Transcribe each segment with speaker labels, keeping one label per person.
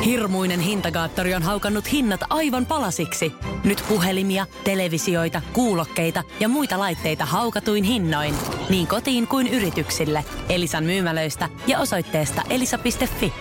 Speaker 1: Hirmuinen hintakaattori on haukannut hinnat aivan palasiksi. Nyt puhelimia, televisioita, kuulokkeita ja muita laitteita haukatuin hinnoin. Niin kotiin kuin yrityksille. Elisan myymälöistä ja osoitteesta elisa.fi.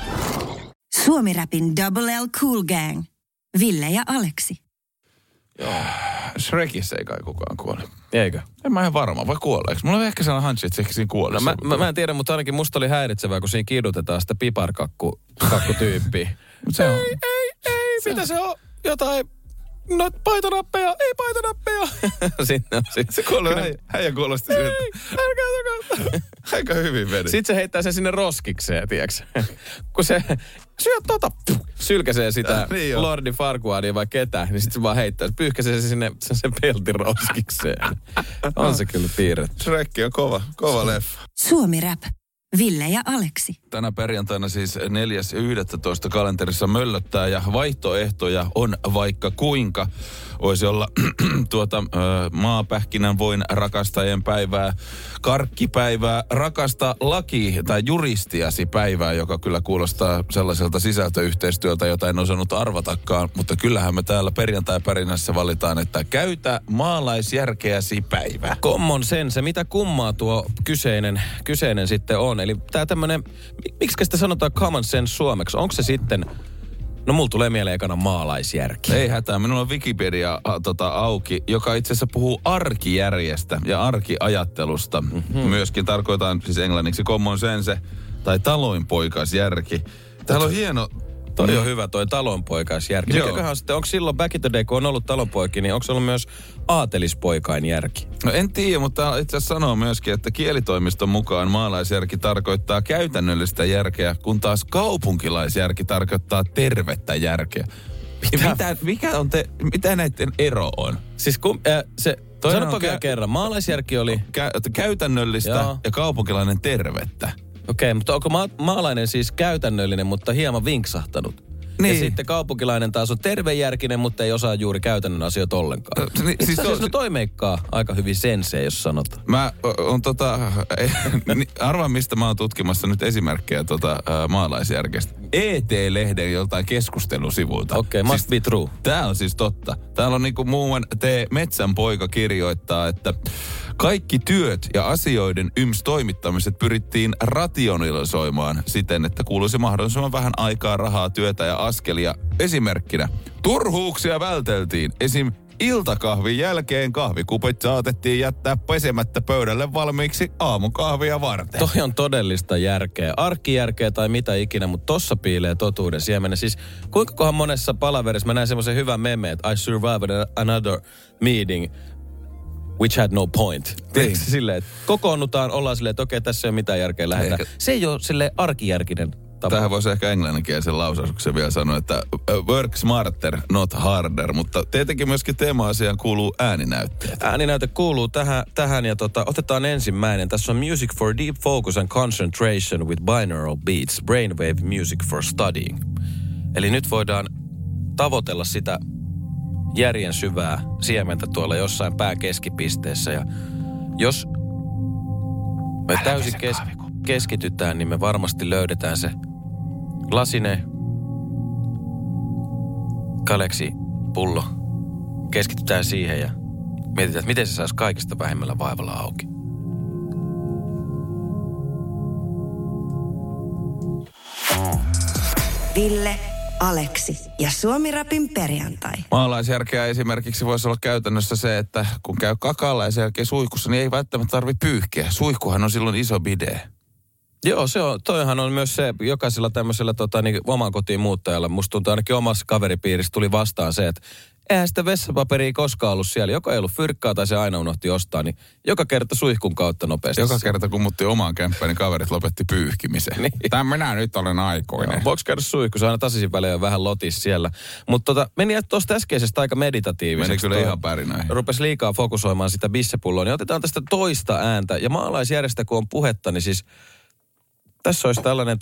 Speaker 2: Suomi-rapin Double L Cool Gang. Ville ja Aleksi.
Speaker 3: Joo. Shrekissä ei kai kukaan kuole.
Speaker 4: Eikö?
Speaker 3: En mä ihan varma, vai kuoleeko? Mulla on ehkä sellainen hansi, että se siinä kuolee.
Speaker 4: No, mä en tiedä, mutta ainakin musta oli häiritsevää, kun siinä kidutetaan sitä piparkakkutyyppiä.
Speaker 3: Se on.
Speaker 4: Ei, mitä se on? Jotain, no paitonappeja, ei paitonappeja. Sinne on
Speaker 3: se kuolee, häijä kuulosti siltä.
Speaker 4: Ei, älkää.
Speaker 3: Aika hyvin meni.
Speaker 4: Sitten se heittää sen sinne roskikseen, tiiäks? Kun se syö sylkäsee sitä
Speaker 3: niin
Speaker 4: Lordi Farquadia vai ketä, niin sitten se vaan heittää. Pyyhkäsee se sinne sen peltin roskikseen. On se kyllä piirretty.
Speaker 3: Shrek on kova leffa.
Speaker 2: Suomi Rap. Ville ja Aleksi.
Speaker 3: Tänä perjantaina siis 4.11. kalenterissa möllöttää ja vaihtoehtoja on vaikka kuinka. Voisi olla maapähkinän voin rakastajien päivää, karkkipäivää, rakasta laki- tai juristiasi päivää, joka kyllä kuulostaa sellaiselta sisältöyhteistyöltä, jota en osannut arvatakaan. Mutta kyllähän me täällä perjantai-pärinässä valitaan, että käytä maalaisjärkeäsi päivä.
Speaker 4: Common sense, mitä kummaa tuo kyseinen sitten on. Eli tää tämmönen, miksi sitä sanotaan common sense suomeksi? Onko se sitten... No mulla tulee mieleen ekana maalaisjärki.
Speaker 3: Ei hätää, minulla on Wikipedia auki, joka itse asiassa puhuu arkijärjestä ja arkiajattelusta. Myöskin tarkoitan siis englanniksi common sense tai talonpoikaisjärki. Täällä on hieno...
Speaker 4: Toi on hyvä toi talonpoikaisjärki. Mikäköhän sitten, onko silloin back in the day, kun on ollut talonpoikia, niin onko se ollut myös aatelispoikainjärki?
Speaker 3: No en tiedä, mutta itse asiassa sanoo myöskin, että kielitoimiston mukaan maalaisjärki tarkoittaa käytännöllistä järkeä, kun taas kaupunkilaisjärki tarkoittaa tervettä järkeä. Mitä näiden ero on?
Speaker 4: Siis sanoppa vielä kerran, maalaisjärki oli...
Speaker 3: Käytännöllistä ja kaupunkilainen tervettä.
Speaker 4: Okei, mutta onko maalainen siis käytännöllinen, mutta hieman vinksahtanut? Niin. Ja sitten kaupunkilainen taas on tervejärkinen, mutta ei osaa juuri käytännön asioita ollenkaan. Siis toi meikkaa aika hyvin sensei, jos sanotaan.
Speaker 3: Mä on arvaa mistä mä oon tutkimassa nyt esimerkkejä maalaisjärkestä. ET-lehden joltain keskustelusivuilta.
Speaker 4: Okei, must be true.
Speaker 3: Tää on siis totta. Täällä on niinku muuan Metsän poika kirjoittaa, että kaikki työt ja asioiden toimittamiset pyrittiin rationalisoimaan siten, että kuuluisi mahdollisimman vähän aikaa, rahaa, työtä ja askelia. Esimerkkinä turhuuksia välteltiin. Esim. Iltakahvin jälkeen kahvikupit saatettiin jättää pesemättä pöydälle valmiiksi aamukahvia varten.
Speaker 4: Toi on todellista järkeä. Arkijärkeä tai mitä ikinä, mutta tossa piilee totuuden siemenen. Siis kuinkakohan monessa palaverissa mä näin semmoisen hyvän meme, että I survived another meeting which had no point. Tiedätkö silleen, että kokoonnutaan, ollaan silleen, että okei, tässä ei ole mitään järkeä, lähdetään. Se ei ole silleen arkijärkinen tapa.
Speaker 3: Tähän voisi ehkä englanninkielisen lausauksen vielä sanoa, että work smarter, not harder. Mutta tietenkin myöskin teema-asiaan kuuluu ääninäytteet.
Speaker 4: Ääninäyte kuuluu tähän ja otetaan ensimmäinen. Tässä on Music for Deep Focus and Concentration with Binaural Beats, Brainwave Music for Studying. Eli nyt voidaan tavoitella sitä järjen syvää siementä tuolla jossain pääkeskipisteessä. Ja jos me täysin keskitytään, niin me varmasti löydetään se lasinen Galaxy-pullo. Keskitytään siihen ja mietitään, että miten se saisi kaikista vähemmällä vaivalla auki.
Speaker 2: Ville, Aleksi ja Suomi-rapin perjantai.
Speaker 3: Maalaisjärkeä esimerkiksi voisi olla käytännössä se, että kun käy kakalla ja sen jälkeen suihkussa, niin ei välttämättä tarvitse pyyhkiä. Suihkuhan on silloin iso bide.
Speaker 4: Joo, toihan on myös se, jokaisella tämmöisellä oman kotiin muuttajalla, musta tuntuu ainakin omassa kaveripiirissä tuli vastaan se, että eihän sitä vessapaperia koskaan ollut siellä. Joka ei ollut fyrkkaa tai se aina unohti ostaa, niin joka kerta suihkun kautta nopeasti.
Speaker 3: Joka kerta kun muutti omaan kämppään, niin kaverit lopetti pyyhkimisen. Niin. Minä nyt olen aikuinen.
Speaker 4: Voiko käydä suihkussa? Aina tasaisin välein vähän lotis siellä. Mutta meni tuosta äskeisestä aika meditatiiviseksi.
Speaker 3: Meni kyllä ihan pärinöihin.
Speaker 4: Rupesi liikaa fokusoimaan sitä bissepulloa, niin otetaan tästä toista ääntä. Ja maalaisjärjestä kun on puhetta, niin siis tässä olisi tällainen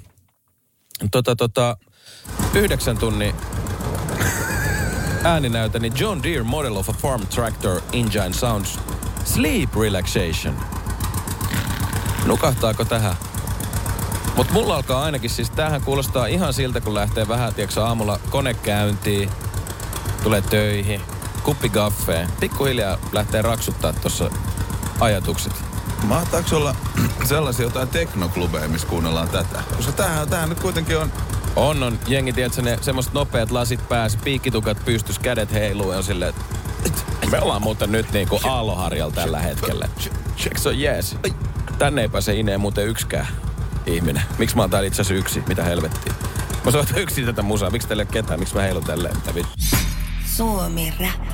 Speaker 4: 9 tunnin ääninäytä, niin John Deere Model of a Farm Tractor Engine Sounds Sleep Relaxation. Nukahtaako tähän Mutta mulla alkaa ainakin siis, tämähän kuulostaa ihan siltä, kun lähtee vähän, tiedätkö, aamulla konekäyntiin, tulee töihin, kuppi gaffeen, pikkuhiljaa lähtee raksuttaa tuossa ajatukset.
Speaker 3: Mahtaako olla sellaisia jotain teknoklubeja, missä kuunnellaan tätä? Koska tämähän nyt kuitenkin on...
Speaker 4: On. Jengi, tiedätkö, ne semmoset nopeat lasit pääsi, piikkitukat pystys, kädet heiluu ja on silleen, että me ollaan muuten nyt niinku Aalloharjalla tällä hetkellä. So yes. Tänne ei pääse ineen muuten yksikään ihminen. Miksi mä oon täällä itse asiassa yksi? Mitä helvettiä? Mä soitan yksin tätä musaa. Miksi teillä ei ole ketään? Miksi mä heilun tälleen? Mitä vittu?
Speaker 2: Suomi Rap.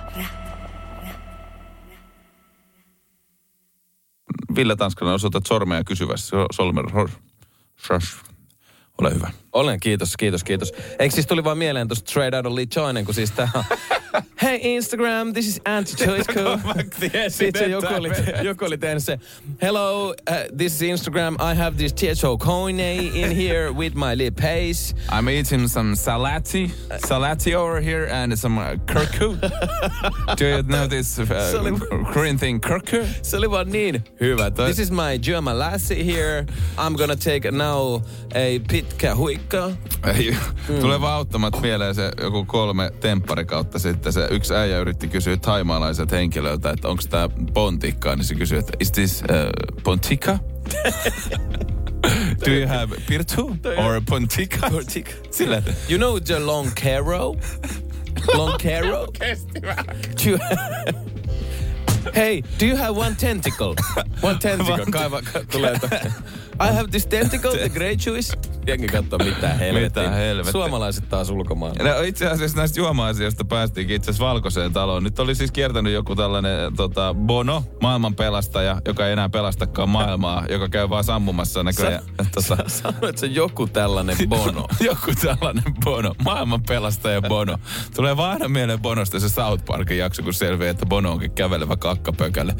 Speaker 3: Ville Tanskanen, osoitat sormea kysyvässä. Ole hyvä.
Speaker 4: Olen, kiitos. Eikö siis tuli vaan mieleen tuosta Straight Outta Lee Joinen, kun siis tää on... Hey Instagram, this is Anti-Choice. Sitten joku oli tehnyt se, hello, this is Instagram, I have this Tieto Koine in here with my lip haze.
Speaker 3: I'm eating some salati over here and some kurku. Do you know this Korean thing, kurku?
Speaker 4: Se oli vaan niin hyvä. This is my German lassi here. I'm gonna take now a pitkä huikka.
Speaker 3: Tulee vaan auttamat mieleen se joku 3 tempparikautta sitten. Se yksi äijä yritti kysyä taimaalaiset henkilöltä, että onko tää pontikkaa, niin se kysyi, että is this pontika? Do you have pirtu or pontika? Sillä.
Speaker 4: You know the long caro? Long caro? Hey, do you have one tentacle? One tentacle. Kaiva tulee. I have this tentacle, the grey juice. Jengi katsoo mitään helvettiä. Suomalaiset taas ulkomailla.
Speaker 3: No, itse asiassa näistä juoma-asioista päästiinkin itse asiassa Valkoiseen taloon. Nyt oli siis kiertänyt joku tällainen Bono, maailman pelastaja, joka ei enää pelastakaan maailmaa, joka käy vaan sammumassa näköjään.
Speaker 4: Sanoit se joku tällainen Bono.
Speaker 3: Joku tällainen Bono, maailman pelastaja Bono. Tulee vaan aina mieleen Bonosta se South Parkin jakso, kun selviää, että Bono onkin kävelevä kakkapökälle.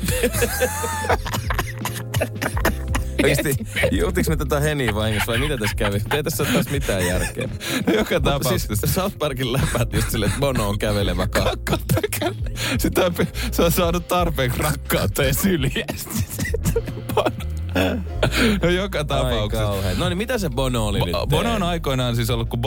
Speaker 4: Oikeasti, juutiinko me tätä heniä vahingossa vai mitä tässä kävi? Ei tässä ole taas mitään järkeä.
Speaker 3: No, joka tapauksessa.
Speaker 4: Siis South Parkin läpät just silleen, että Bono on kävelevä kakkapökälle.
Speaker 3: Se on saanut tarpeeksi rakkautta ja syliä. No joka tapauksessa.
Speaker 4: No niin, mitä se Bono oli nyt?
Speaker 3: Bono on aikoinaan siis ollut, kun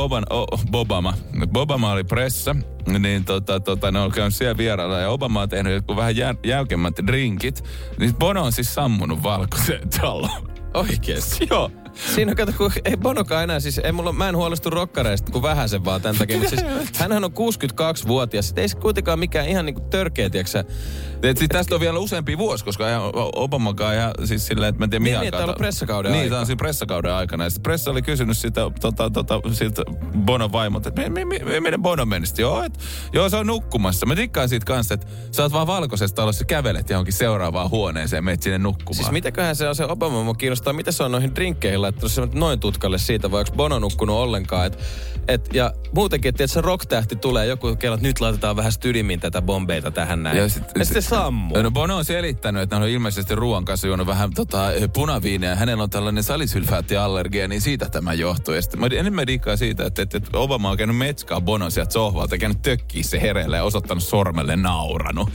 Speaker 3: Obama oli pressa, niin ne on käynyt siellä vierailla ja Obama on tehnyt jotkut vähän jäykemmät drinkit. Niin Bono on siis sammunut Valkoiseen taloon.
Speaker 4: Oikeesti?
Speaker 3: Joo.
Speaker 4: Siinä kato, kun ei Bonokaan enää, siis mä en huolestu rokkareista kuin vähäsen vaan tämän takia. Mutta siis hänhän on 62-vuotias. Ei se kuitenkaan mikään ihan niinku törkeä, tiiäksä.
Speaker 3: Siis tästä on vielä useampi vuosi, koska Obamakaan ihan siis silleen, että mä en tiedä mihin aikaan.
Speaker 4: Niin, että on pressakauden
Speaker 3: aikana.
Speaker 4: aikana.
Speaker 3: Niin, tämä on siinä pressakauden aikana. Ja sitten pressa oli kysynyt sitä, siltä Bonon vaimot, että miten Bono meni? Joo, se on nukkumassa. Mä tikkaan siitä kanssa, että sä oot vaan Valkoisessa talossa, kävelet johonkin seuraavaan huoneeseen ja menet sinne nukkumaan.
Speaker 4: Siis mitäköhän se on se Obama, mua kiinnostaa, mitä se on noihin drinkkeihin laittanut noin tutkalle siitä, vai onko Bono nukkunut ollenkaan. Ja muutenkin, että se rock-tähti tulee, joku kello, että nyt laitetaan vähän stydimmin tätä bombeita tähän näin. Ja sitten sammuu.
Speaker 3: No Bono on selittänyt, että hän on ilmeisesti ruoan kanssa juonut vähän punaviinia ja hänellä on tällainen salisylfaattiallergia, niin siitä tämä johtuu. Ja sitten enemmän diikkaa siitä, että Obama on käynyt metskaa Bonon sieltä sohvalta, käynyt tökkiä se hereille ja osoittanut sormelle nauranut.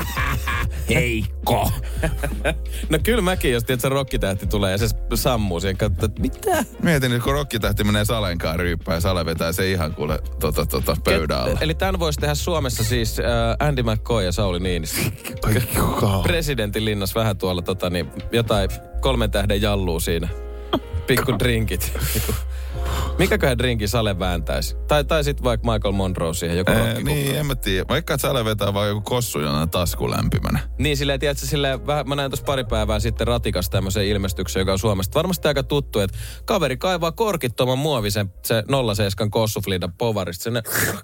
Speaker 3: Heikko!
Speaker 4: No kyllä mäkin, jos tiedät, se rokkitähti tulee ja se sammuu siihen, että mitä?
Speaker 3: Mietin, että kun rokkitähti menee Salenkaan ryyppään ja Sale vetää se ihan kuule pöydän alla.
Speaker 4: Eli tämän voisi tehdä Suomessa siis Andy McCoy ja Sauli Niinistö. Presidentin linnassa vähän tuolla jotain 3 tähden jalluu siinä. Pikku drinkit. Mikäköhän drinkin Sale vääntäisi? Tai sitten vaikka Michael Monroe siihen joku rokkikukka.
Speaker 3: Niin, en mä tiedä. Vaikka Sale vetää vaan joku kossu jonain tasku lämpimänä.
Speaker 4: Niin, silleen, tiedätkö, silleen, mä näin tuossa pari päivää sitten Ratikassa tämmöisen ilmestyksen, joka on Suomesta varmasti aika tuttu, että kaveri kaivaa korkittoman muovisen se 07 kossufliidan povarista sinne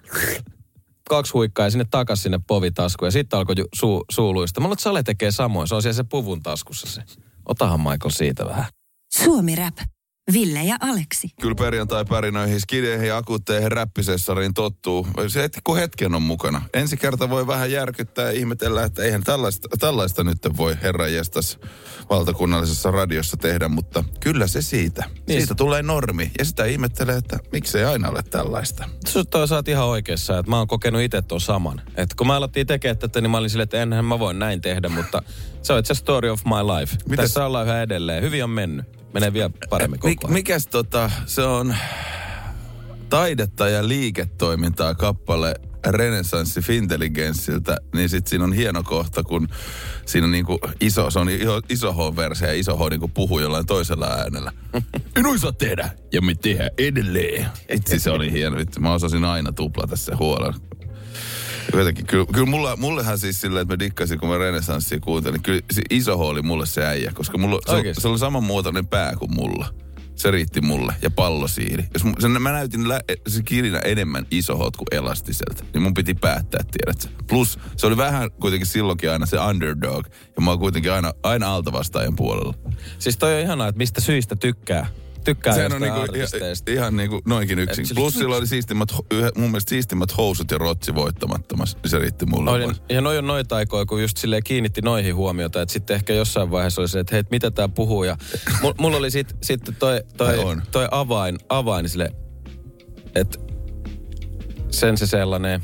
Speaker 4: 2 huikkaa ja sinne takas sinne povitaskuun ja sitten alkoi suuluista. Mä luulen, että Sale tekee samoin. Se on siellä se puvun taskussa se. Otahan Michael siitä vähän.
Speaker 2: Suomi Rap. Ville ja Aleksi.
Speaker 3: Kyllä perjantai-pärinöihin, skideihin ja akuutteihin räppisessariin tottuu. Se kun hetken on mukana. Ensi kerta voi vähän järkyttää ja ihmetellä, että eihän tällaista nyt voi herranjestas valtakunnallisessa radiossa tehdä, mutta kyllä se siitä. Niin. Siitä tulee normi ja sitä ihmettelee, että miksei aina ole tällaista.
Speaker 4: Sä oot ihan oikeassa, että mä oon kokenut itse tuon saman. Että kun mä alettiin tekemään tätä, niin mä olin silleen, että enhän mä voin näin tehdä, mutta se on itse story of my life. Tässä ollaan yhä edelleen. Hyvin on mennyt. menee vielä paremmin koko ajan.
Speaker 3: Mikäs se on taidetta ja liiketoimintaa kappale Renesanssi Fintelligenssiltä, niin sit siinä on hieno kohta, kun siinä on niinku se on iso H-versio ja iso H niinku puhuu jollain toisella äänellä. En saa tehdä, ja me tehdään edelleen. Itse se oli hieno. Mä osasin aina tuplata se huolen. Jotenkin, kyllä mullehan siis silleen, että mä dikkasin, kun mä Renesanssia kuuntelin. Kyllä se iso H oli mulle se äijä, koska se oli saman muotoinen pää kuin mulla. Se riitti mulle. Ja pallosiili. Jos mä näytin se kilinä enemmän iso H kuin elastiselta, niin mun piti päättää, tiedätkö? Plus se oli vähän kuitenkin silloinkin aina se underdog. Ja mä oon kuitenkin aina altavastaajan puolella.
Speaker 4: Siis toi on ihanaa, että mistä syistä tykkää
Speaker 3: sehän on niinku ihan niinku noinkin yksin. Plus sillä oli mun mielestä siistimmät housut ja rotsi voittamattomassa. Niin se riitti mulle.
Speaker 4: Ja noi on noita aikoja, kun just silleen kiinnitti noihin huomiota. Että sitten ehkä jossain vaiheessa oli se, että hei, mitä tää puhuu. Ja mulla oli sitten toi avain sille, että sen se sellainen,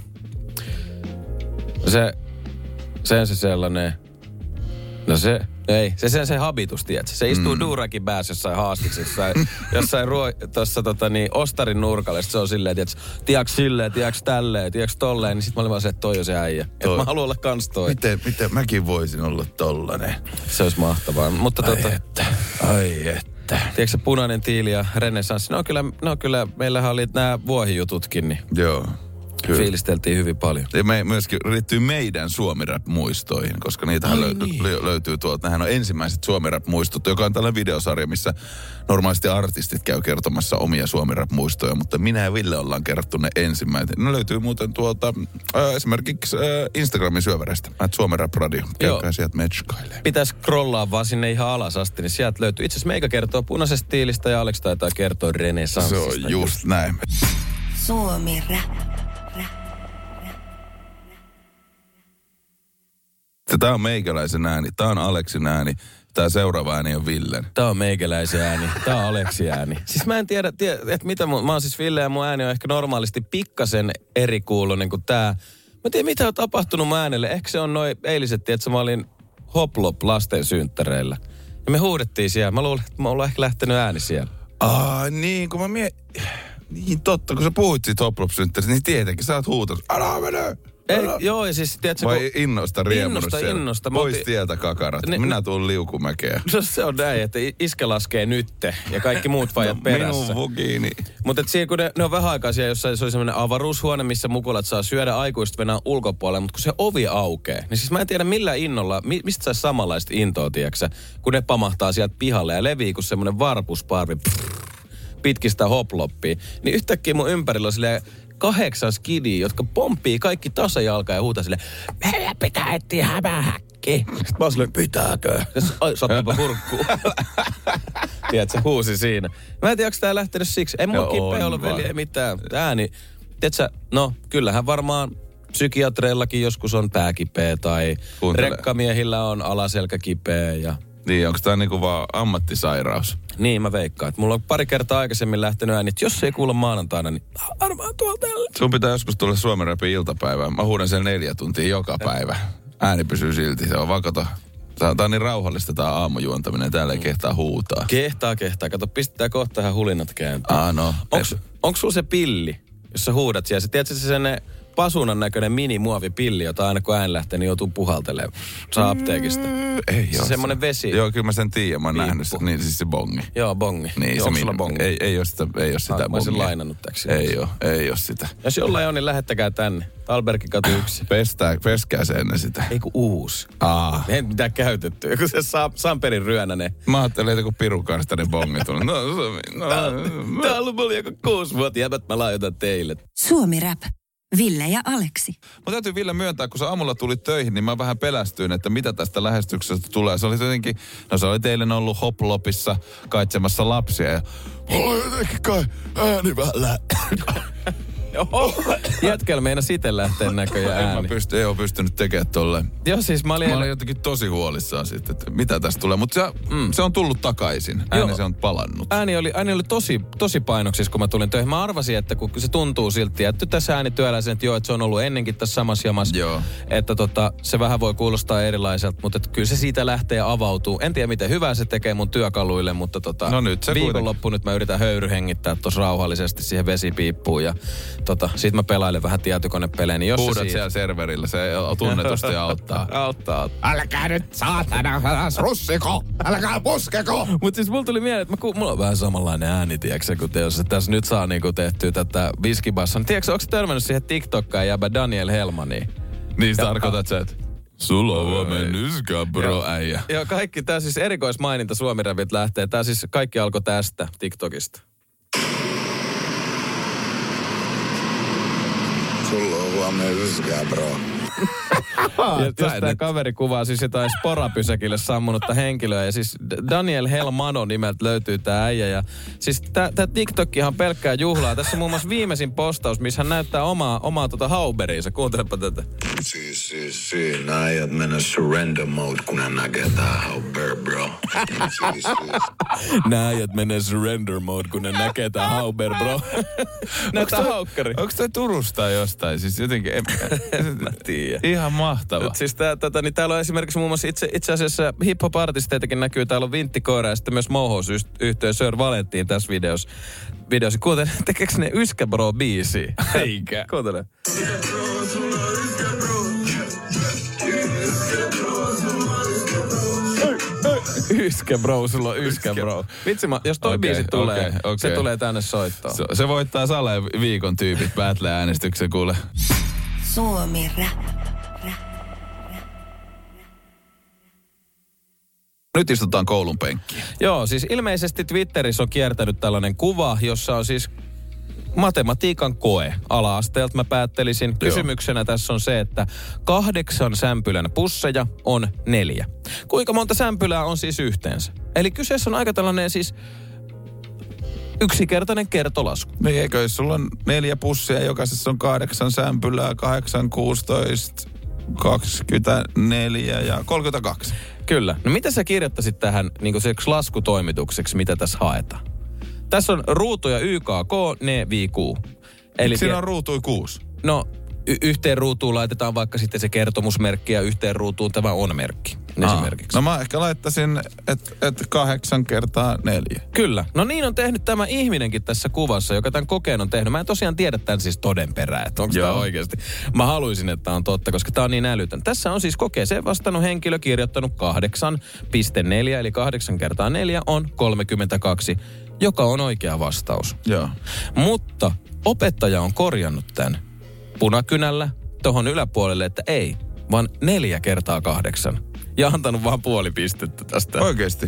Speaker 4: no se habitus, tiedätkö? Se istuu duurakin päässä jossain haastiksessa, jossain tuossa ostarin nurkalle. Se on silleen, tiedätkö, tiedätkö silleen, tiedätkö tälleen, tiedätkö tolleen. Niin sit mä olin vaan se, että toi on se äijä. Että mä haluan olla kans toi.
Speaker 3: Miten mäkin voisin olla tollanen?
Speaker 4: Se olisi mahtavaa. Mutta
Speaker 3: Ai että.
Speaker 4: Tiedätkö se punainen tiili ja renesanssi? No kyllä, meillähän oli nämä vuohijututkin, niin.
Speaker 3: Joo. Kyllä.
Speaker 4: Fiilisteltiin hyvin paljon.
Speaker 3: Ja myöskin liittyy meidän Suomi-rap-muistoihin, koska niitähän löytyy tuolta. Nämähän on ensimmäiset Suomi-rap-muistot, joka on tällainen videosarja, missä normaalisti artistit käy kertomassa omia Suomi-rap-muistoja, mutta minä ja Ville ollaan kerrottu ne ensimmäiset. Ne löytyy muuten tuolta esimerkiksi Instagramin syövereistä, Suomi-rap-radio. Käykää sieltä metskailee.
Speaker 4: Pitäisi scrollaa vaan sinne ihan alas asti, niin sieltä löytyy. Itse asiassa meikä kertoo punaisesta tiilistä ja Alex taitaa kertoa renesanssista.
Speaker 3: Se on just näin.
Speaker 2: Suomi Rap.
Speaker 3: Tämä on meikäläisen ääni, tämä on Aleksin ääni, tämä seuraava ääni on Villen.
Speaker 4: Tämä on meikäläisen ääni, tämä on Aleksin ääni. Siis mä en tiedä että mitä mä oon siis Ville ja mun ääni on ehkä normaalisti pikkasen eri kuulonen kuin tää. Mä en tiedä mitä on tapahtunut mun äänelle. Ehkä se on noin eiliset, että mä olin Hoplop lasten synttäreillä. Ja me huudettiin siellä. Mä luulen, että mä ollaan ehkä lähtenyt ääni siellä.
Speaker 3: Niin kun niin totta, kun sä puhuit siitä Hoplop-synttäristä, niin tietenkin sä oot huutanut. Älä mene!
Speaker 4: Joo, ja siis tiedätkö...
Speaker 3: Vai innosta riemunut siellä?
Speaker 4: Innosta.
Speaker 3: Pois tieltä kakarat. Minä tuun liukumäkeä.
Speaker 4: No se on näin, että iskä laskee nytte ja kaikki muut vajat perässä.
Speaker 3: Minun vukiini.
Speaker 4: Mutta siinä kun ne on vähän aikaa siellä, jossa se oli semmoinen avaruushuone, missä mukulat saa syödä, aikuiset venää ulkopuolelle, mutta kun se ovi aukeaa, niin siis mä en tiedä millä innolla, mistä saisi samanlaista intoa, tiedätkö, kun ne pamahtaa sieltä pihalle ja levii kuin semmoinen varpusparvi pitkistä hoploppia. Niin yhtäkkiä mun ympärillä on silleen 8 skidiä, jotka pomppii kaikki tasajalkaa ja huutaa silleen, meidän pitää etsiä hämähäkki. Sitten mä oon silleen, pitääkö? Sattupa kurkkuun. Tiedätkö, huusi siinä. Mä en tiedä, onko tää lähtenyt siksi. Ei mulla kipeä ollut veli, ei mitään. Ääni. Tiedätkö, no kyllähän varmaan psykiatreillakin joskus on pääkipeä tai rekkamiehillä on alaselkä kipeä ja...
Speaker 3: Niin, onko tää niinku vaan ammattisairaus?
Speaker 4: Niin, mä veikkaan. Että mulla on pari kertaa aikaisemmin lähtenyt ääni, että jos ei kuule maanantaina, niin arvaan tuolla tällä.
Speaker 3: Sun pitää joskus tulla Suomen Rapin iltapäivään. Mä huudan sen 4 tuntia joka päivä. Ääni pysyy silti. Se on vaan kato. Tää on niin rauhallista tää aamujuontaminen. Täällä ei kehtaa huutaa.
Speaker 4: Kehtaa. Kato, pistetään kohta ihan hulinat käyntiin.
Speaker 3: No.
Speaker 4: Onks sulla se pilli, jos sä huudat siellä? Tiedätkö se sen pasunan näköinen mini-muovipilli, jota aina kun ääni lähtee, niin joutuu puhaltelemaan. Saa apteekista.
Speaker 3: Ei
Speaker 4: se semmoinen vesi.
Speaker 3: Joo, kyllä mä sen tiedän. Mä oon nähnyt sen. Niin siis se bongi.
Speaker 4: Joo, bongi.
Speaker 3: Niin,
Speaker 4: onko sulla bongi?
Speaker 3: Ei ole sitä bongia.
Speaker 4: Mä olisin lainannut täksi.
Speaker 3: Ei ole sitä.
Speaker 4: Jos jollain on, niin lähettäkää tänne. Talbergin katu 1.
Speaker 3: Peskää se ennen sitä.
Speaker 4: Ei kun uusi. Ei mitään käytetty. Joku se Samperin ryönänen.
Speaker 3: Mä ajattelin, että kun pirun kanssa ne bongit on.
Speaker 4: Tää on ollut mulla joku 6-vuotiaat. Mä laajotan teille.
Speaker 2: Suomi Rap. Ville ja Aleksi.
Speaker 3: Mä täytyy Ville myöntää, kun sä aamulla tulit töihin, niin mä vähän pelästyin, että mitä tästä lähestyksestä tulee. Se oli jotenkin, sä olit eilen ollut Hoplopissa kaitsemassa lapsia ja mulla on jotenkin kai ääni vähän
Speaker 4: Jätkällä meinasi itse lähteä näköjään ääni.
Speaker 3: Ei ole pystynyt tekemään tolleen.
Speaker 4: Joo, siis mä olin
Speaker 3: jotenkin tosi huolissaan sitten, että mitä tästä tulee. Mutta se on tullut takaisin. Ääni se on palannut.
Speaker 4: Ääni oli tosi painoksissa, kun mä tulin töihin. Mä arvasin, että kun se tuntuu silti, että tässä ääni työläisen, että joo, että se on ollut ennenkin tässä samassa jamassa.
Speaker 3: Joo.
Speaker 4: Että se vähän voi kuulostaa erilaiselta, mutta että kyllä se siitä lähtee ja avautuu. En tiedä, miten hyvää se tekee mun työkaluille, mutta
Speaker 3: no nyt se
Speaker 4: viikonloppu nyt mä yritän höyryhengittää tossa rauhallisesti siihen vesipiippuun ja sit mä pelailen vähän tietokonepelejä. Niin
Speaker 3: huudat siellä serverillä, se tunnetusti auttaa.
Speaker 4: Auttaa.
Speaker 3: Älkää nyt saatana, äläs russiko, älkää puskeko.
Speaker 4: Mut siis mulla tuli mieleen, että mulla on vähän samanlainen ääni, tiiäksä, kun jos tässä nyt saa niinku tehtyä tätä viskibasson. Tiiäksä, onko törmännyt siihen TikTokkaan jäbä Daniel Helmaniin?
Speaker 3: Niin sä tarkoitat sä, että sulla on huomenna yskä, bro, äijä.
Speaker 4: Joo, kaikki, tää siis erikoismaininta Suomi-räpit lähtee. Tää siis kaikki alkoi tästä TikTokista.
Speaker 5: Sulla on huomenna yskä, bro.
Speaker 4: Ja jos tää kaveri kuvaa siis jotain sporapysäkille sammunutta henkilöä. Ja siis Daniel Helmano nimeltä löytyy tää äijä. Ja siis tää TikTokkihan on pelkkää juhlaa. Tässä on muun muassa viimeisin postaus, missä hän näyttää omaa hauberiinsa. Kuuntelepa tätä.
Speaker 5: Siis, nää äijät mennä surrender mode, kun ne näkee tää hauber, bro. Siis.
Speaker 4: Nää äijät menee surrender mode, kun ne näkee tää hauber, bro. Näyttää haukkari.
Speaker 3: Onks toi Turusta jostain? Siis jotenkin...
Speaker 4: Mä tiedän.
Speaker 3: Ihan mahtava.
Speaker 4: Siis niin täällä on esimerkiksi muun muassa itse asiassa hip-hop-artisteitakin näkyy. Täällä on Vintti Koira ja sitten myös Mohos-yhtiö Sir Valentin tässä videossa. Kuuntele, tekeekö ne Yskä Bro-biisiä?
Speaker 3: Eikä.
Speaker 4: Kuuntele. Yskä bro, sulla on yskä bro. Vitsi, jos toi biisi tulee, se tulee tänne soittoon.
Speaker 3: Se voittaa Saleen viikon tyypit Battle-äänestyksen, kuule.
Speaker 2: Suomi Rap.
Speaker 3: Nyt istutaan koulun penkkiin.
Speaker 4: Joo, siis ilmeisesti Twitterissä on kiertänyt tällainen kuva, jossa on siis matematiikan koe ala-asteelta mä päättelisin. Joo. Kysymyksenä tässä on se, että 8 sämpylän pusseja on 4. Kuinka monta sämpylää on siis yhteensä? Eli kyseessä on aika tällainen siis yksinkertainen kertolasku.
Speaker 3: Niin eikö, jos sulla on 4 pussia, jokaisessa on 8 sämpylää, 8, 16, 24 ja 32.
Speaker 4: Kyllä. No mitä sä kirjoittaisit tähän niin kuin laskutoimitukseksi, mitä tässä haetaan? Tässä on ruutuja YKK, ne viikuu.
Speaker 3: Eli siinä on ruutui 6.
Speaker 4: No, yhteen ruutuun laitetaan vaikka sitten se kertomusmerkki ja yhteen ruutuun tämä on-merkki esimerkiksi.
Speaker 3: No mä ehkä laittaisin, että 8 kertaa 4.
Speaker 4: Kyllä. No niin on tehnyt tämä ihminenkin tässä kuvassa, joka tämän kokeen on tehnyt. Mä en tosiaan tiedä tämän siis todenperää, että onko tämä oikeasti. Mä haluaisin, että tämä on totta, koska tämä on niin älytön. Tässä on siis kokeeseen vastannut henkilö kirjoittanut 8,4, eli 8 kertaa 4 on 32, joka on oikea vastaus.
Speaker 3: Joo.
Speaker 4: Mutta opettaja on korjannut tämän punakynällä tohon yläpuolelle, että ei, vaan 4 kertaa 8. Ja antanut vaan puoli pistettä tästä.
Speaker 3: Oikeesti?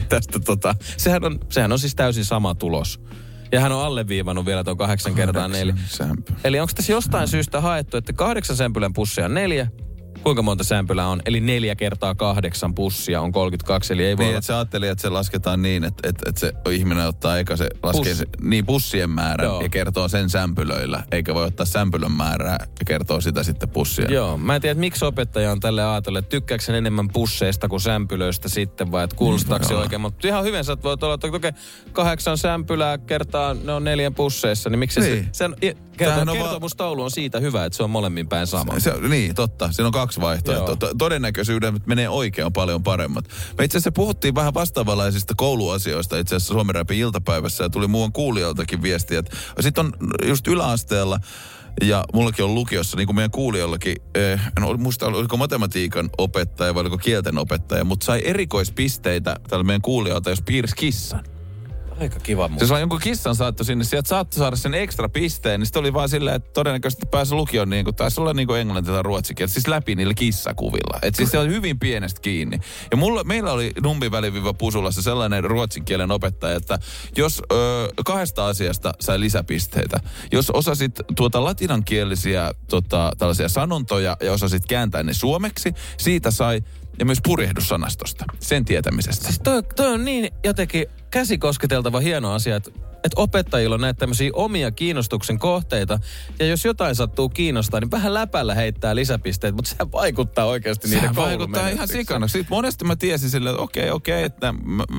Speaker 4: Sehän on siis täysin sama tulos. Ja hän on alleviivannut vielä tuon 8 kertaa 4. Eli onko tässä jostain syystä haettu, että 8 sämpylän pussia on 4? Kuinka monta sämpylää on? Eli 4 kertaa 8 pussia on 32, eli ei voi
Speaker 3: niin, että se ajatteli, että se lasketaan niin, että se ihminen ottaa eka se laskee pussien määrän. Joo. Ja kertoo sen sämpylöillä, eikä voi ottaa sämpylön määrää ja kertoo sitä sitten pussien.
Speaker 4: Joo, mä en tiedä, että miksi opettaja on tälle ajatella, että tykkääkö sen enemmän pusseista kuin sämpylöistä sitten, vai että kuulostaako se oikein. Mutta ihan hyvin sä voit olla, että 8 sämpylää kertaa ne on 4 pusseissa, niin miksi se kertomustaulu on siitä hyvä, että se on molemmin päin sama.
Speaker 3: Niin, totta. Siinä on 2 vaihtoehtoa. Todennäköisyyden, että menee oikein, on paljon paremmat. Me itse asiassa puhuttiin vähän vastaavanlaisista kouluasioista itse asiassa Suomen Rapin iltapäivässä ja tuli muuan kuulijoiltakin viestiä. Sitten on just yläasteella ja mullakin on lukiossa, niin kuin meidän kuulijoillakin, en muista oliko matematiikan opettaja vai oliko kielten opettaja, mutta sai erikoispisteitä tällä meidän kuulijoilta, jos piirsi kissan.
Speaker 4: Aika kiva muuta.
Speaker 3: Jos on jonkun kissan saattu sinne, sieltä saattoi saada sen ekstra pisteen, niin sitten oli vaan silleen, että todennäköisesti pääsi lukioon niin kuin, taisi olla niin kuin englanti tai ruotsikin, siis läpi niillä kissakuvilla. Että siis se on hyvin pienestä kiinni. Ja meillä oli Nummi-väliviiva Pusulassa sellainen ruotsin kielen opettaja, että jos 2 asiasta sai lisäpisteitä, jos osasit latinankielisiä tällaisia sanontoja ja osasit kääntää ne suomeksi, siitä sai ja myös purjehdussanastosta, sen tietämisestä.
Speaker 4: Siis toi on niin jotenkin käsikosketeltava hieno asia, että että opettajilla on näitä tämmöisiä omia kiinnostuksen kohteita. Ja jos jotain sattuu kiinnostaa, niin vähän läpällä heittää lisäpisteet, mutta se vaikuttaa oikeasti niiden koulumenestykseen.
Speaker 3: Vaikuttaa ihan sikana. Sitten monesti mä tiesin silleen, että okei, että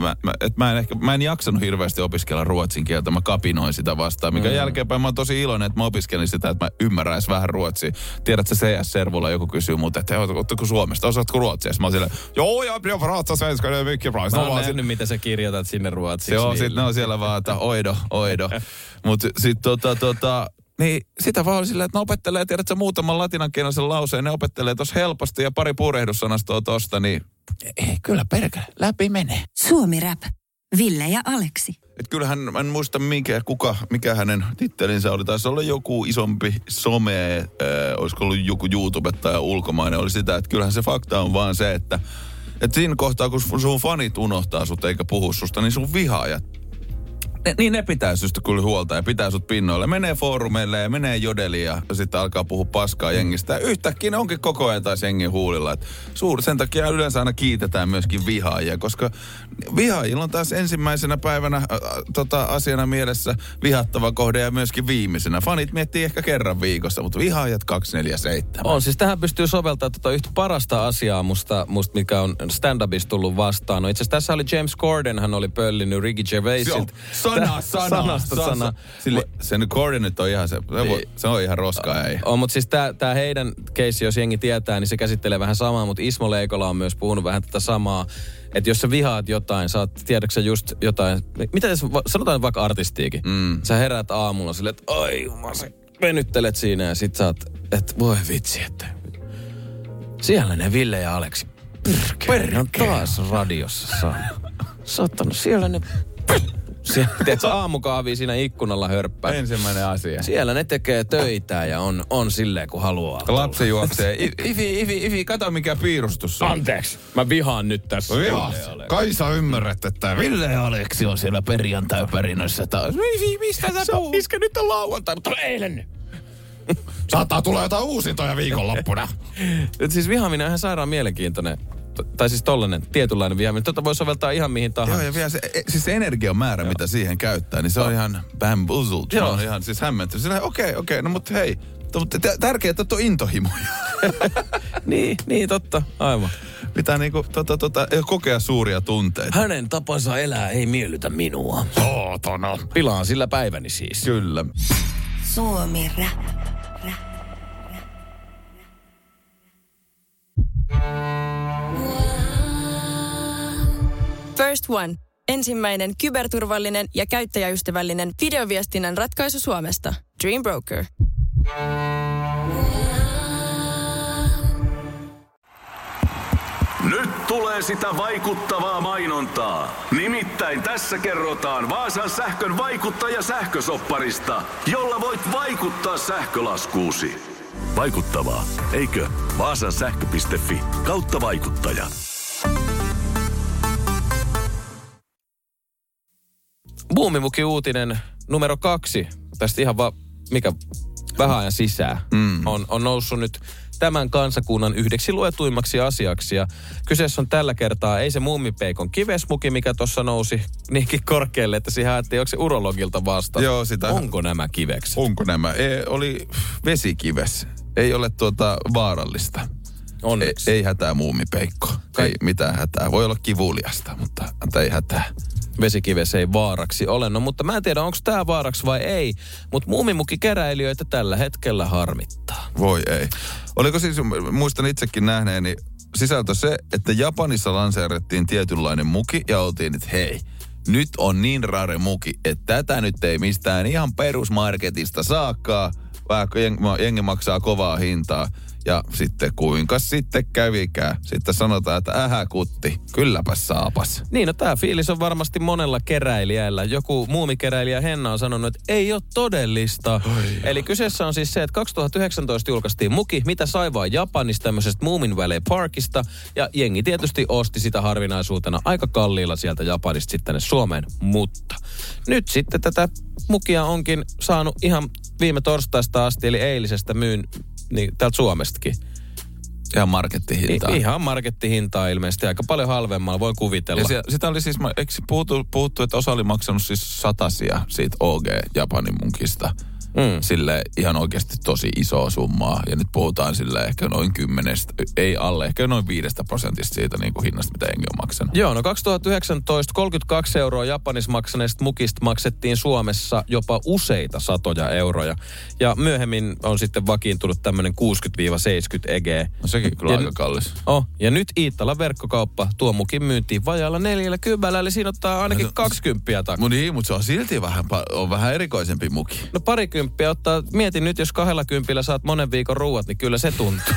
Speaker 3: mä en jaksanut hirveästi opiskella ruotsin kieltä. Mä kapinoin sitä vastaan, mikä jälkeenpäin mä oon tosi iloinen, että mä opiskelin sitä, että mä ymmärräis vähän ruotsia. Tiedätkö, CS-servulla joku kysyy mut, että ootteko Suomesta, osaatko ruotsia? Mä oon silleen, joo, jag pratar svenska, det är mycket bra.
Speaker 4: Mä oon nähnyt, mitä sä kirjoitat sinne ruotsiksi.
Speaker 3: Joo, sit ne on siellä vaan, että oido. Mut sit niin sitä vaan oli silleen, että ne opettelee, tiedätkö, muutaman latinankielisen lauseen, ne opettelee tossa helposti ja pari purehdussanastoa tosta, niin ei, kyllä perkele, läpi menee.
Speaker 2: Suomi Rap. Ville ja Aleksi.
Speaker 3: Et kyllähän, mä en muista mikä hänen tittelinsä oli. Taisi olla joku isompi some, olisiko ollut joku YouTubettaja ulkomainen, oli sitä, että kyllähän se fakta on vaan se, että siinä kohtaa, kun sun fanit unohtaa sut eikä puhu susta, niin sun vihaajat, ne pitää susta kyllä huolta ja pitää sut pinnoille. Menee foorumeille ja menee jodeliin ja sitten alkaa puhua paskaa jengistä. Ja yhtäkkiä ne onkin koko ajan taas jengin huulilla. Sen takia yleensä aina kiitetään myöskin vihaajia, koska vihaajilla on taas ensimmäisenä päivänä asiana mielessä vihattava kohde ja myöskin viimeisenä. Fanit miettii ehkä kerran viikossa, mutta vihaajat 247.
Speaker 4: On, siis tähän pystyy soveltamaan yhtä parasta asiaa musta, mikä on stand-upissa tullut vastaan. No itse asiassa tässä oli James Corden, hän oli pöllinyt Ricky Gervaisilta. Sana.
Speaker 3: Sen Cordenit on ihan se on ihan roska ei.
Speaker 4: On, mutta siis tää heidän keissi, jos jengi tietää, niin se käsittelee vähän samaa, mutta Ismo Leikola on myös puhunut vähän tätä samaa. Että jos sä vihaat jotain, sä oot, tiedätkö just jotain, mitä jos sanotaan vaikka artistiikin. Sä heräät aamulla silleen, että ai sä venyttelet siinä ja sit sä oot, että voi vitsi, että siellä ne Ville ja Aleksi. Perkele on taas radiossa saattanut, siellä ne... Tiedätkö, aamukahvia siinä ikkunalla hörppää.
Speaker 3: Ensimmäinen asia.
Speaker 4: Siellä ne tekee töitä ja on silleen, kun haluaa.
Speaker 3: Lapsi juoksee. Ifi, kato mikä piirustus on.
Speaker 4: Anteeksi, mä vihaan nyt tässä.
Speaker 3: Kai sä ymmärrät, että Ville ja Aleksi on siellä perjantai-pärinössä taas. Mistä sä puhut?
Speaker 4: Iskä nyt on lauantai, mutta eilen.
Speaker 3: Saattaa tulla jotain uusintoja viikonloppuna.
Speaker 4: Siis vihaaminen on ihan sairaan mielenkiintoinen. Tai siis tollainen tietynlainen vihaaminen. Voi soveltaa ihan mihin tahansa.
Speaker 3: Joo, ja vielä se energian määrä, mitä siihen käyttää, niin se on ihan bamboozled. Se on ihan siis hämmentynyt. Sillä okei, no mutta hei, tärkeää, että on intohimoja.
Speaker 4: niin, totta, aivan.
Speaker 3: Pitää niinku kokea suuria tunteita.
Speaker 4: Hänen tapansa elää ei miellytä minua.
Speaker 3: Saatana.
Speaker 4: Pilaan sillä päiväni siis.
Speaker 3: Kyllä.
Speaker 2: Suomi Rap.
Speaker 6: First One. Ensimmäinen kyberturvallinen ja käyttäjäystävällinen videoviestinnän ratkaisu Suomesta. Dream Broker.
Speaker 7: Nyt tulee sitä vaikuttavaa mainontaa. Nimittäin tässä kerrotaan Vaasan sähkön vaikuttaja sähkösopparista, jolla voit vaikuttaa sähkölaskuusi. Vaikuttavaa, eikö? Vaasansähkö.fi/vaikuttaja.
Speaker 4: Buumimuki-uutinen numero 2. Tästä ihan vähän ajan sisään. On noussut nyt tämän kansakunnan yhdeksi luetuimmaksi asiaksi. Ja kyseessä on tällä kertaa ei se Muumipeikon kivesmuki, mikä tuossa nousi niinkin korkealle, että siihen ajattiin, onko se urologilta vasta.
Speaker 3: Joo, sitä.
Speaker 4: Onko nämä kivekset?
Speaker 3: Onko nämä? Oli vesikives. Ei ole vaarallista.
Speaker 4: Onneksi.
Speaker 3: Ei hätää Muumipeikko. Ei mitään hätää. Voi olla kivuliasta, mutta ei hätää.
Speaker 4: Vesikives ei vaaraksi ole. No, mutta mä en tiedä, onko tää vaaraksi vai ei. Mutta muumimukikeräilijöitä tällä hetkellä harmittaa.
Speaker 3: Voi ei. Oliko siis, muistan itsekin nähneeni, sisältö se, että Japanissa lanseerattiin tietynlainen muki ja oltiin, että hei, nyt on niin rare muki, että tätä nyt ei mistään ihan perusmarketista saakkaa, vaan jengi maksaa kovaa hintaa. Ja sitten kuinka sitten kävikään. Sitten sanotaan, että kutti, kylläpä saapas.
Speaker 4: Niin, no tää fiilis on varmasti monella keräilijällä. Joku muumikeräilijä Henna on sanonut, että ei ole todellista. Eli kyseessä on siis se, että 2019 julkaistiin muki, mitä sai vaan Japanista tämmöisestä Moomin Valley Parkista. Ja jengi tietysti osti sitä harvinaisuutena aika kalliilla sieltä Japanista sitten tänne Suomeen. Mutta nyt sitten tätä mukia onkin saanut ihan viime torstaista asti, eli eilisestä niin täältä Suomestakin.
Speaker 3: Ihan markettihintaa.
Speaker 4: Ihan markettihintaa ilmeisesti. Aika paljon halvemmalla, voi kuvitella.
Speaker 3: Ja sitä oli siis, eikö puhuttu, että osa oli maksanut siis 100 siitä OG Japanin munkista. Silleen ihan oikeasti tosi isoa summaa. Ja nyt puhutaan silleen ehkä noin 10, ei alle, ehkä noin 5% siitä niin kuin hinnasta, mitä jengi on maksanut.
Speaker 4: Joo, no 2019 32 euroa Japanissa maksaneesta mukista maksettiin Suomessa jopa useita satoja euroja. Ja myöhemmin on sitten vakiintunut tämmöinen 60-70 EG.
Speaker 3: No sekin kyllä aika kallis.
Speaker 4: Ja nyt Iittalan verkkokauppa tuo mukin myyntiin vajaalla 40, eli siinä ottaa ainakin 20 takaa.
Speaker 3: Mutta se on silti vähän erikoisempi muki.
Speaker 4: No 20 ottaa, mietin nyt, jos 20 saat monen viikon ruuat, niin kyllä se tuntuu.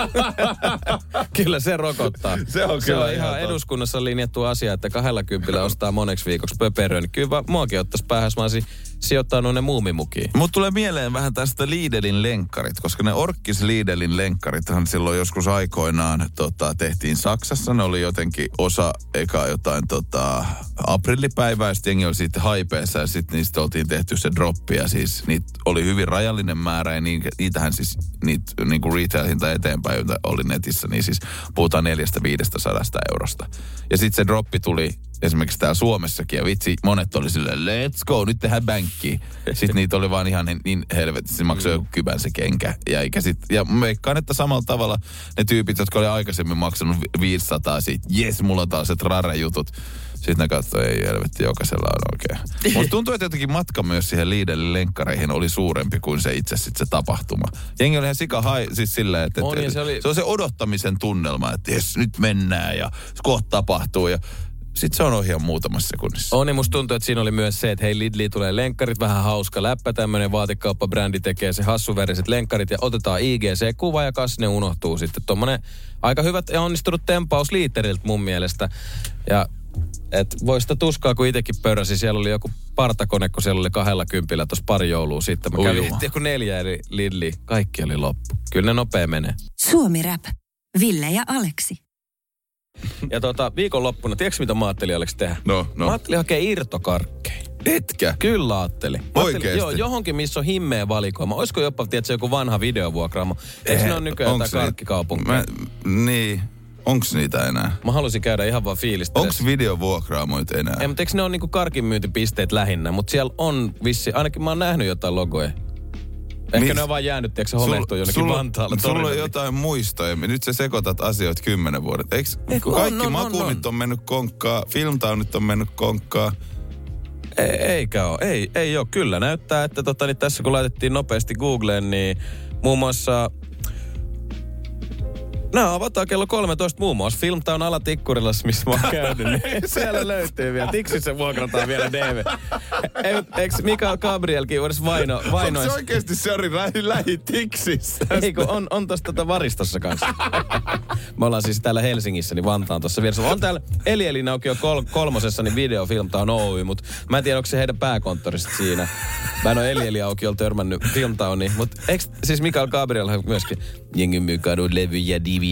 Speaker 4: Kyllä se rokottaa.
Speaker 3: Se on
Speaker 4: ihan eduskunnassa linjattu asia, että 20 ostaa moneksi viikoksi pöperöä, niin kyllä muakin ottaisi päähäs, mä olisin sijoittanut ne muumimukiin.
Speaker 3: Mut tulee mieleen vähän tästä Lidlin lenkkarit, koska ne Orkkis Lidlin lenkkarithan silloin joskus aikoinaan tehtiin Saksassa. Ne oli jotenkin osa jotain aprillipäivää, sitten jengi oli siitä haipeessa ja sitten niistä oltiin tehty se droppi ja siis niitä oli hyvin rajallinen määrä ja niitähän siis niinku retail-hinta eteenpäin, joita oli netissä, niin siis puhutaan 400-500 eurosta. Ja sitten se droppi tuli esimerkiksi täällä Suomessakin ja vitsi, monet oli silleen, let's go, nyt tehdään bänkkiä. Sitten niitä oli vaan ihan niin helvetissä, se maksoi joku kybän se kenkä. Ja veikkaan, että samalla tavalla ne tyypit, jotka oli aikaisemmin maksanut 500 siitä, jes, mulla on taas se rare-jutut. Sitten ne katsoi, ei helvetti, jokaisella on oikein. Musta tuntuu, että jotenkin matka myös siihen Lidlin lenkkareihin oli suurempi kuin se itse sitten se tapahtuma. Jengi oli ihan siis silleen, että se on se odottamisen tunnelma, että jes, nyt mennään ja kohta tapahtuu ja sitten se on ohi muutamassa sekunnissa.
Speaker 4: Niin musta tuntuu, että siinä oli myös se, että hei, Lidliin tulee lenkkarit, vähän hauska läppä, tämmöinen vaatekauppabrändi tekee se hassuväriset lenkkarit ja otetaan IGC-kuva ja kas ne unohtuu sitten. Tommonen aika hyvät ja onnistunut tempaus Liiteriltä mun mielestä. Ja et voi sitä tuskaa, kun itsekin pörräsi. Siellä oli joku partakone, kun siellä oli 20 tuossa pari joulua sitten. Mä kävin joku 4 eri Lidliä. Kaikki oli loppu. Kyllä ne nopea menee.
Speaker 2: Suomi Rap. Ville ja Aleksi.
Speaker 4: Ja viikonloppuna, tiedätkö mitä mä ajattelin, Aleksi, tehdä?
Speaker 3: No.
Speaker 4: Mä ajattelin hakea irtokarkkeja.
Speaker 3: Etkä?
Speaker 4: Kyllä ajattelin.
Speaker 3: Oikeesti?
Speaker 4: Joo, johonkin, missä on himmeä valikoima. Olisiko jopa, tiedätkö, joku vanha videovuokraamo? Eikö ne ole nykyään jotain karkkikaupunkia?
Speaker 3: Niin. Onks niitä enää?
Speaker 4: Mä halusin käydä ihan vaan fiilistelemään.
Speaker 3: Onks videovuokraamoita enää?
Speaker 4: Ei, mutta eikö ne ole niinku karkinmyyntipisteet lähinnä? Mutta siellä on ainakin mä oon nähnyt jotain logoja. Ehkä ne on vaan jäänyt, tiedätkö homehtua jonnekin Vantaalla.
Speaker 3: Sulla on jotain muistoja. Nyt sä sekoitat asioita 10 vuodet. Eikö kaikki Makuunit on mennyt konkkaan, Filmtownit on mennyt konkkaan?
Speaker 4: Eikä ole. Ei ole. Kyllä näyttää, että niin tässä kun laitettiin nopeasti Googleen, niin muun muassa avataan kello 13 muun muassa Filmtown Alatikkurilassa, missä mä oon käynyt. Niin siellä löytyy vielä. Tiksissä vuokrataan vielä DV. Eikö Mikael Gabrielkin edes vainois?
Speaker 3: Onko se oikeesti se oli lähi Tiksissä?
Speaker 4: Ei, kun on tossa Varistossa kanssa. Me ollaan siis täällä Helsingissä, niin Vantaan tuossa vieressä. On täällä Elielinaukio 3, niin Video Filmtown Oy, mutta mä en tiedä, onko se heidän pääkonttorista siinä. Mä en ole Elielinaukiolla törmännyt Filmtowniin, mutta eikö siis Mikael Gabriel myöskin jengi myy kadun levyjä DVD?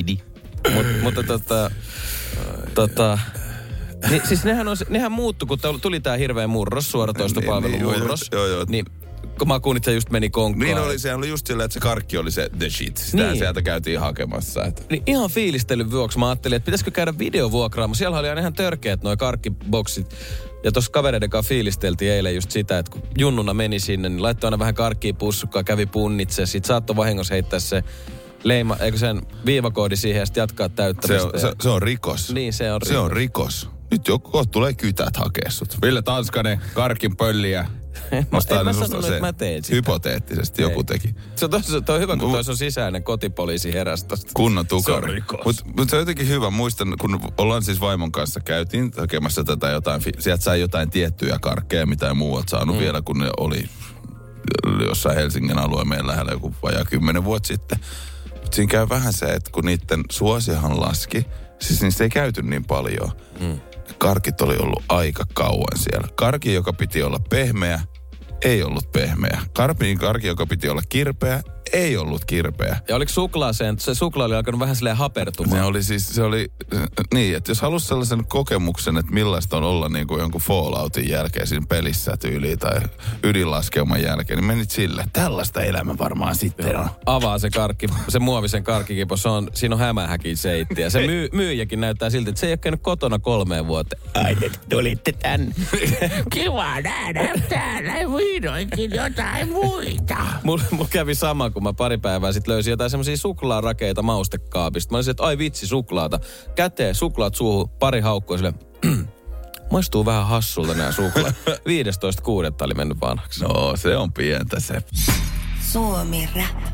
Speaker 4: Niin, siis nehän muuttu, kun tuli tää hirveä murros, suoratoistopalvelun murros.
Speaker 3: Joo.
Speaker 4: Niin, kun Makuunit se just meni konkkaan.
Speaker 3: Niin se oli just silleen, että se karkki oli se the shit. Sitä sieltä käytiin hakemassa. Että.
Speaker 4: Niin ihan fiilistelyn vuoksi mä ajattelin, että pitäisikö käydä videovuokraamaan. Siellä oli ihan törkeät noi karkkiboksit. Ja tuossa kavereiden kanssa fiilisteltiin eilen just sitä, että kun junnuna meni sinne, niin laittoi aina vähän karkkia pussukkaa, kävi punnitse. Sit saattoi vahingossa heittää se leima, eikö sen viivakoodi siihen ja sitten jatkaa täyttämistä.
Speaker 3: Se on rikos.
Speaker 4: Niin, se on rikos.
Speaker 3: Se on rikos. Nyt joku tulee kytät hakea sut. Ville Tanskanen, karkin pölliä.
Speaker 4: En mä sanonut, että mä teen sitä.
Speaker 3: Hypoteettisesti joku teki.
Speaker 4: Se on hyvä, kun tois on sisäinen kotipoliisi heräsi tosta.
Speaker 3: Kunnon tukari.
Speaker 4: Se on rikos.
Speaker 3: Mutta se on jotenkin hyvä. Muistan, kun ollaan siis vaimon kanssa käytiin hakemassa tätä jotain. Sieltä sai jotain tiettyjä karkkeja, mitä ei muualta saanut vielä, kun ne oli jossain Helsingin alueen meidän lähellä joku vajaa 10 vuotta sitten. Siinä käy vähän se, että kun niiden suosihan laski, siis niistä ei käyty niin paljon. Karkit oli ollut aika kauan siellä. Karki, joka piti olla pehmeä, ei ollut pehmeä. Karki, joka piti olla kirpeä, ei ollut kirpeä.
Speaker 4: Ja oliko se suklaa oli alkanut vähän silleen hapertumaan?
Speaker 3: Se oli niin, että jos halusi sellaisen kokemuksen, että millaista on olla niin kuin jonkun Falloutin jälkeen siinä pelissä tyyliin tai ydinlaskeuman jälkeen, niin menit sille. Tällaista elämä varmaan sitten on.
Speaker 4: Avaa se karkki, se muovisen karkkikipo, siinä on hämähäkin seitti. Ja se myyjäkin näyttää siltä, että se ei ole käynyt kotona 3 vuoteen. Ai, te tulitte tänne.
Speaker 8: Kiva nähdä täällä vihdoinkin jotain muita.
Speaker 4: Mulla kävi sama, kun mä pari päivää sitten löysin jotain semmosia suklaarakeita maustekaapista. Mä olisin, että ai vitsi, suklaata. Käteen, suklaat suuhun, pari haukkua sille. Maistuu vähän hassulta nämä suklaat. 15.6. oli mennyt vanhaksi.
Speaker 3: No, se on pientä se.
Speaker 2: Suomi Rap.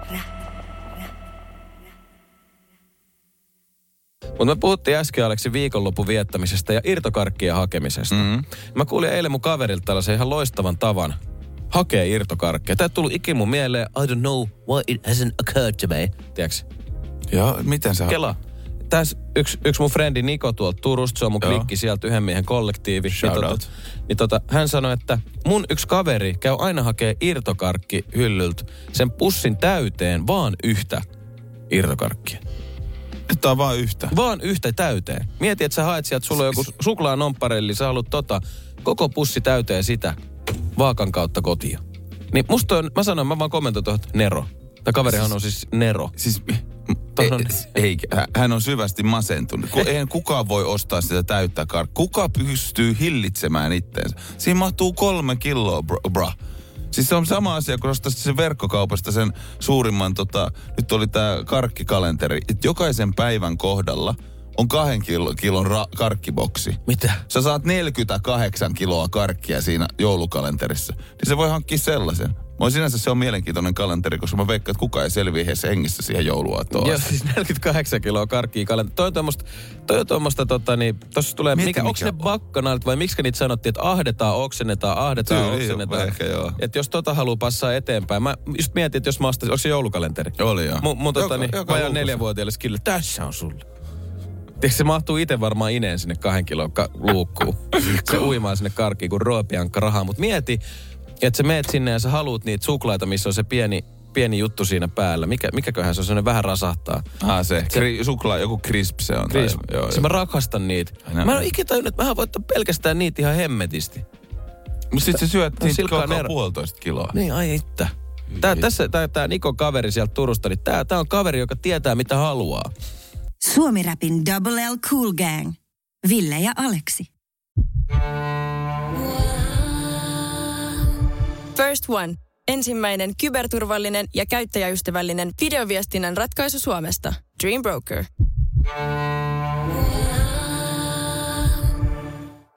Speaker 4: Mutta me puhuttiin äsken, Aleksi, viikonlopun viettämisestä ja irtokarkkien hakemisesta. Mä kuulin eilen mun kaverilta tällaisen ihan loistavan tavan hakea irtokarkkeja. Tää ei tullut ikinä mun mieleen, I don't know why it hasn't occurred to me. Tiedätkö?
Speaker 3: Joo, miten se
Speaker 4: Kela. Tässä yksi mun frendi Niko tuolta Turusta, se on mun klikki sieltä, yhden miehen kollektiivi. Hän sanoi, että mun yksi kaveri käy aina hakee irtokarkki hyllyltä sen pussin täyteen vaan yhtä irtokarkkia.
Speaker 3: Tämä on vaan yhtä.
Speaker 4: Vaan yhtä täyteen. Mieti, että sä haet sieltä, sulla on joku suklaanompparelli, sä haluat koko pussi täyteen sitä vaakan kautta kotia. Niin musta mä vaan kommentoin tuohon, Nero. Tämä kaverihan on siis Nero.
Speaker 3: Siis hän on syvästi masentunut. Eihän kukaan voi ostaa sitä täyttä karkkia. Kuka pystyy hillitsemään itteensä? Siinä mahtuu 3 kiloa, bra. Siis se on sama asia, kun ostaisit sen verkkokaupasta sen suurimman, nyt oli tää karkkikalenteri, että jokaisen päivän kohdalla on 2 kilon karkkiboksi.
Speaker 4: Mitä?
Speaker 3: Sä saat 48 kiloa karkkia siinä joulukalenterissa. Niin se voi hankkia sellaisen. Sinänsä se on mielenkiintoinen kalenteri, koska mä veikkaan, että kukaan ei selviä heessä hengissä siihen jouluaattoon.
Speaker 4: Joo, siis 48 kiloa karkkia kalenteri. Toi on tuommoista, tossa tulee, onko ne bakkanailit vai miksi niitä sanottiin, että ahdetaan, oksennetaan.
Speaker 3: Ehkä joo.
Speaker 4: Että jos haluaa passaa eteenpäin. Mä just mietin, että jos mä ostaisin, onko se joulukalenteri?
Speaker 3: Oli joo.
Speaker 4: Mun vajan 4-vuotiaille skille, tässä on sulle. Tiedätkö, se mahtuu itse varmaan ineen sinne 2 kilon luukkuun. Se uimaa sinne karkkiin kuin roopiankka rahaa. Mutta mieti, että sä meet sinne ja sä haluut niitä suklaita, missä on se pieni juttu siinä päällä. Mikäköhän se on, sellainen vähän rasahtaa.
Speaker 3: Suklaa, joku crisp se on.
Speaker 4: Crisp. Mä rakastan niitä. Mä en ole ikinä tajunnut, että mähän voittaa pelkästään niitä ihan hemmetisti.
Speaker 3: Mutta sit sä syöt niitä koko 1,5 kiloa.
Speaker 4: Niin, ai ittä. Tää Nikon kaveri sieltä Turusta, niin tää on kaveri, joka tietää mitä haluaa.
Speaker 2: Suomi Rapin Double L Cool Gang. Ville ja Aleksi.
Speaker 6: First One. Ensimmäinen kyberturvallinen ja käyttäjäystävällinen videoviestinnän ratkaisu Suomesta. Dream Broker.